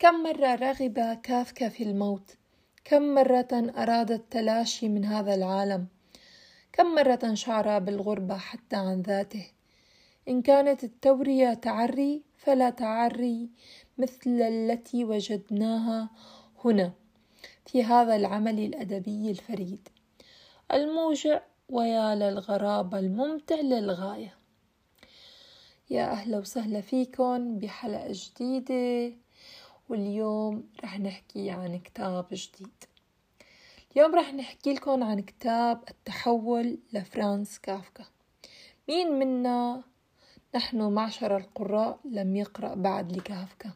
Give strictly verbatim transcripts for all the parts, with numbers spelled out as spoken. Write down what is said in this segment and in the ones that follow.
كم مرة رغب كافكا في الموت؟ كم مرة أراد التلاشي من هذا العالم؟ كم مرة شعر بالغربة حتى عن ذاته؟ إن كانت التورية تعري فلا تعري مثل التي وجدناها هنا في هذا العمل الأدبي الفريد الموجع، ويا للغرابة الممتع للغاية. يا أهلا وسهلا فيكم بحلقة جديدة، واليوم رح نحكي عن كتاب جديد. اليوم رح نحكي لكم عن كتاب التحول لفرانس كافكا. مين منا نحن معشر القراء لم يقرأ بعد لكافكا؟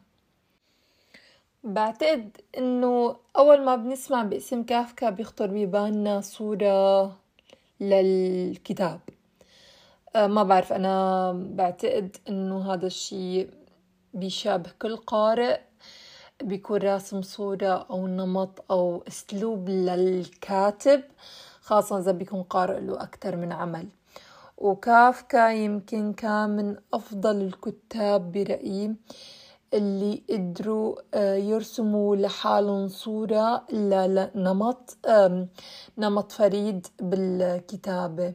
بعتقد انه اول ما بنسمع باسم كافكا بيخطر ببالنا صورة للكتاب. أه ما بعرف، انا بعتقد انه هذا الشيء بيشابه كل قارئ بيكون راسم صورة او نمط او اسلوب للكاتب، خاصة اذا بيكون قارئ له اكثر من عمل. وكافكا يمكن كان من افضل الكتاب برأيي اللي قدروا يرسموا لحالهم صورة لنمط نمط فريد بالكتابة.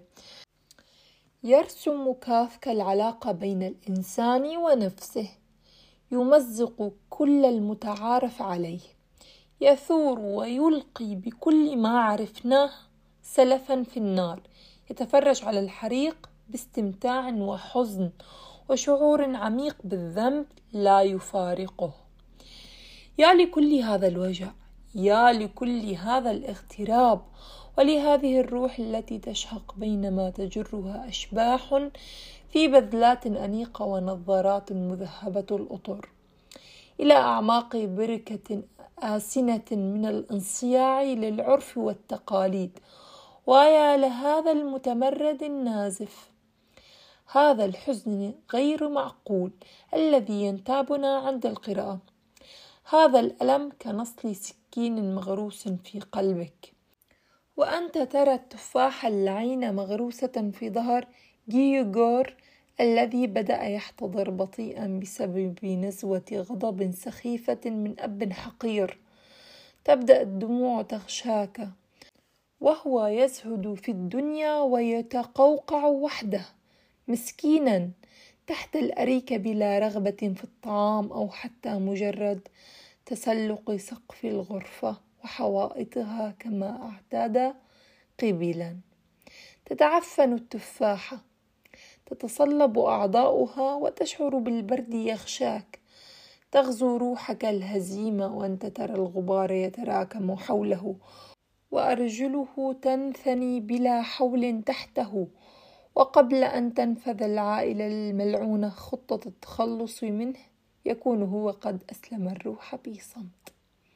يرسم كافكا العلاقة بين الإنسان ونفسه، يمزق كل المتعارف عليه، يثور ويلقي بكل ما عرفناه سلفا في النار، يتفرج على الحريق باستمتاع وحزن وشعور عميق بالذنب لا يفارقه. يا لكل هذا الوجع، يا لكل هذا الاغتراب، ولهذه الروح التي تشهق بينما تجرها أشباح في بذلات أنيقة ونظارات مذهبة الأطر إلى أعماق بركة آسنة من الانصياع للعرف والتقاليد. ويا لهذا المتمرد النازف، هذا الحزن غير معقول الذي ينتابنا عند القراءة، هذا الألم كنصل سكين مغروس في قلبك، وأنت ترى التفاح اللعين مغروسة في ظهر جيوغور الذي بدأ يحتضر بطيئا بسبب نزوة غضب سخيفة من أب حقير. تبدأ الدموع تغشاك وهو يزهد في الدنيا ويتقوقع وحده مسكينا تحت الأريكة بلا رغبة في الطعام أو حتى مجرد تسلق سقف الغرفة وحوائطها كما اعتاد قبلا. تتعفن التفاحة، تتصلب أعضاؤها وتشعر بالبرد يغشاك، تغزو روحك الهزيمة وأنت ترى الغبار يتراكم حوله وأرجله تنثني بلا حول تحته. وقبل أن تنفذ العائلة الملعونة خطة التخلص منه يكون هو قد أسلم الروح بصمت.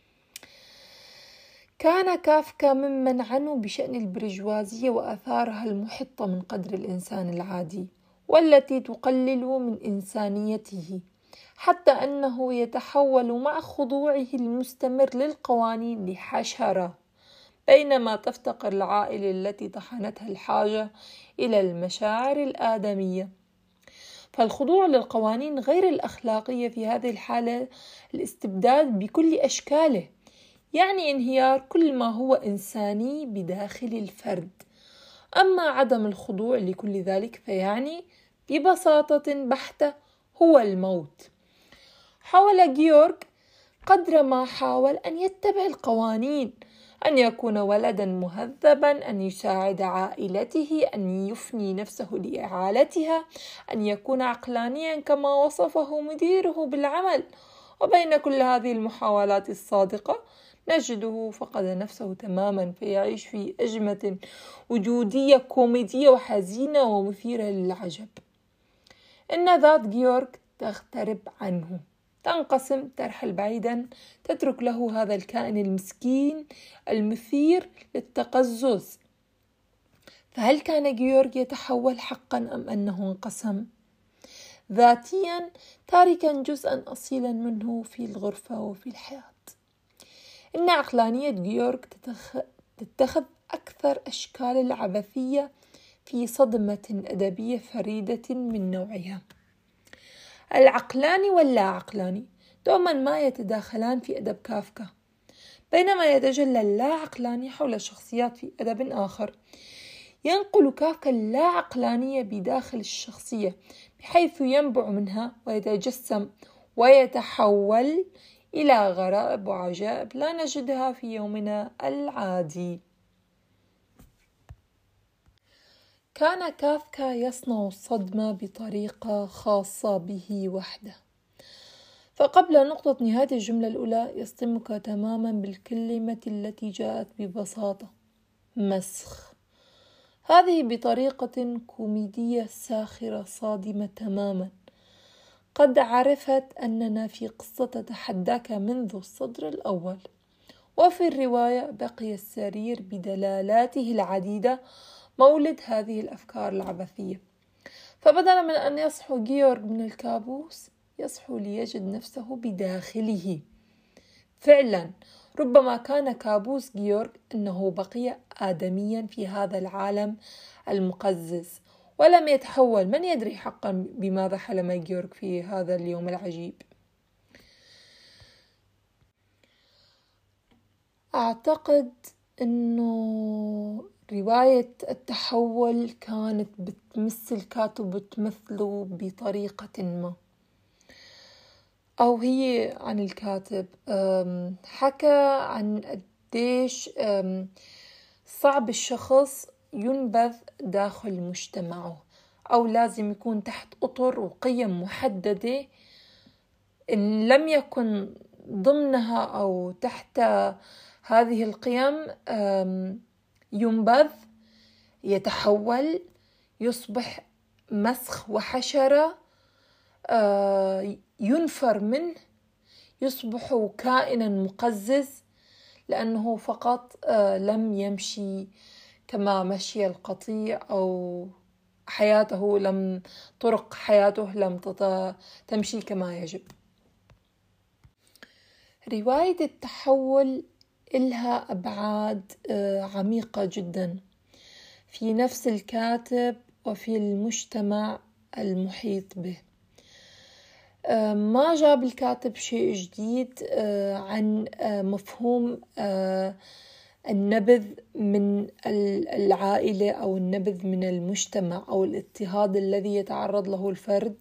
كان كافكا ممن عنوا بشأن البرجوازية وآثارها المحطة من قدر الإنسان العادي والتي تقلل من إنسانيته، حتى أنه يتحول مع خضوعه المستمر للقوانين لحشرة، بينما تفتقر العائلة التي طحنتها الحاجة إلى المشاعر الآدمية. فالخضوع للقوانين غير الأخلاقية في هذه الحالة الاستبداد بكل أشكاله، يعني انهيار كل ما هو إنساني بداخل الفرد. أما عدم الخضوع لكل ذلك فيعني ببساطة بحتة هو الموت. حاول جيورغ قدر ما حاول أن يتبع القوانين، أن يكون ولدا مهذبا، أن يساعد عائلته، أن يفني نفسه لإعالتها، أن يكون عقلانيا كما وصفه مديره بالعمل. وبين كل هذه المحاولات الصادقة نجده فقد نفسه تماما، فيعيش في أجمة وجودية كوميدية وحزينة ومثيرة للعجب. إن ذات جيورغ تغترب عنه، تنقسم، ترحل بعيدا، تترك له هذا الكائن المسكين المثير للتقزز. فهل كان جيورغ يتحول حقا أم أنه انقسم ذاتيا، تاركا جزءا أصيلا منه في الغرفة وفي الحياة؟ إن عقلانية جيورغ تتخذ أكثر أشكال العبثية في صدمة أدبية فريدة من نوعها. العقلاني واللا عقلاني دوما ما يتداخلان في أدب كافكا، بينما يتجلى اللا عقلاني حول الشخصيات في أدب آخر. ينقل كافكا اللا عقلانية بداخل الشخصية بحيث ينبع منها ويتجسم ويتحول إلى غرائب وعجائب لا نجدها في يومنا العادي. كان كافكا يصنع الصدمة بطريقة خاصة به وحده. فقبل نقطة نهاية الجملة الأولى يصدمك تماما بالكلمة التي جاءت ببساطة: مسخ. هذه بطريقة كوميدية ساخرة صادمة تماما. قد عرفت أننا في قصة تتحداك منذ السطر الأول. وفي الرواية بقي السرير بدلالاته العديدة مولد هذه الأفكار العبثية. فبدلا من أن يصحو جيورغ من الكابوس يصحو ليجد نفسه بداخله. فعلا ربما كان كابوس جيورغ أنه بقي آدميا في هذا العالم المقزز ولم يتحول. من يدري حقا بماذا حلم جيورغ في هذا اليوم العجيب؟ أعتقد أنه رواية التحول كانت بتمس الكاتب وتمثله بطريقة ما، أو هي عن الكاتب. حكى عن قديش صعب الشخص ينبذ داخل مجتمعه، أو لازم يكون تحت أطر وقيم محددة. إن لم يكن ضمنها أو تحت هذه القيم ينبذ، يتحول، يصبح مسخ وحشرة، ينفر منه، يصبح كائنا مقزز لأنه فقط لم يمشي كما مشي القطيع، أو حياته لم طرق حياته لم تمشي كما يجب. رواية التحول إلها أبعاد عميقة جدا في نفس الكاتب وفي المجتمع المحيط به. ما جاب الكاتب شيء جديد عن مفهوم النبذ من العائلة أو النبذ من المجتمع أو الاضطهاد الذي يتعرض له الفرد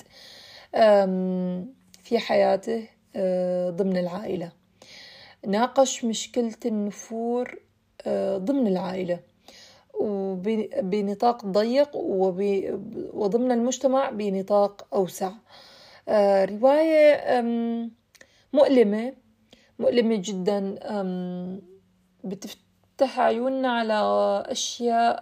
في حياته ضمن العائلة. ناقش مشكلة النفور ضمن العائلة وبنطاق ضيق وضمن المجتمع بنطاق أوسع. رواية مؤلمة مؤلمة جدا، بتفتح عيوننا على أشياء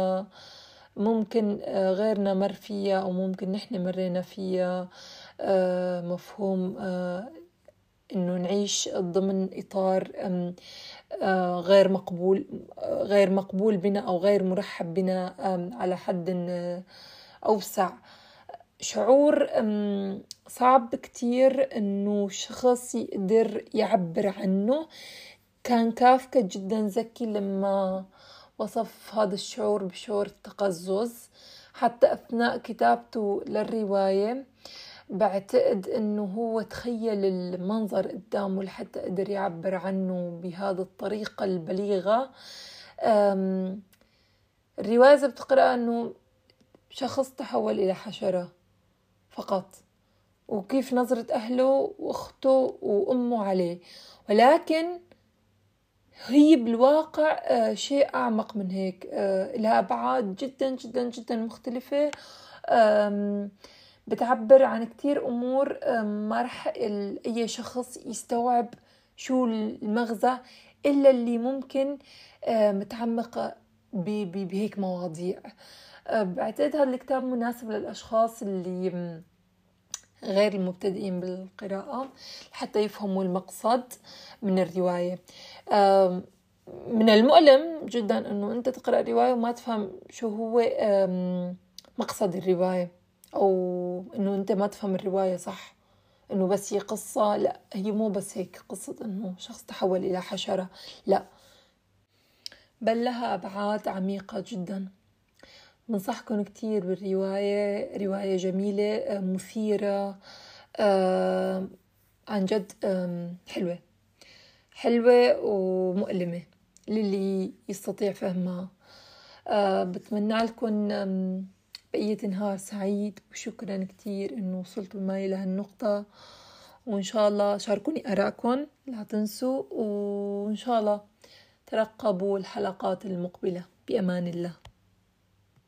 ممكن غيرنا مر فيها أو ممكن نحن مرينا فيها. مفهوم إنه نعيش ضمن إطار غير مقبول غير مقبول بنا أو غير مرحب بنا على حد أوسع. شعور صعب كتير إنه شخص يقدر يعبر عنه. كان كافكا جدا ذكي لما وصف هذا الشعور بشعور التقزز. حتى أثناء كتابته للرواية بعتقد إنه هو تخيل المنظر قدامه لحتى قدر يعبر عنه بهذه الطريقة البليغة. الرواية إذا بتقرأ إنه شخص تحول إلى حشرة فقط، وكيف نظرة أهله وأخته وأمه عليه، ولكن هي بالواقع شيء أعمق من هيك، لها أبعاد جدا جدا جدا مختلفة، بتعبر عن كتير أمور ما رح أي شخص يستوعب شو المغزى إلا اللي ممكن متعمق بهيك مواضيع. بعتقد هذا الكتاب مناسب للأشخاص اللي غير المبتدئين بالقراءة حتى يفهموا المقصد من الرواية. من المؤلم جدا أنه أنت تقرأ رواية وما تفهم شو هو مقصد الرواية، أو أنه أنت ما تفهم الرواية صح، أنه بس هي قصة. لا، هي مو بس هيك قصة أنه شخص تحول إلى حشرة، لا، بل لها أبعاد عميقة جدا. ننصحكم كتير بالرواية. رواية جميلة مثيرة، عن جد حلوة حلوة ومؤلمة للي يستطيع فهمها. أه بتمنى لكم بقية نهار سعيد، وشكرا كتير إنه وصلتوا معي لهالنقطة، وإن شاء الله شاركوني آراءكم لا تنسوا، وإن شاء الله ترقبوا الحلقات المقبلة. بأمان الله.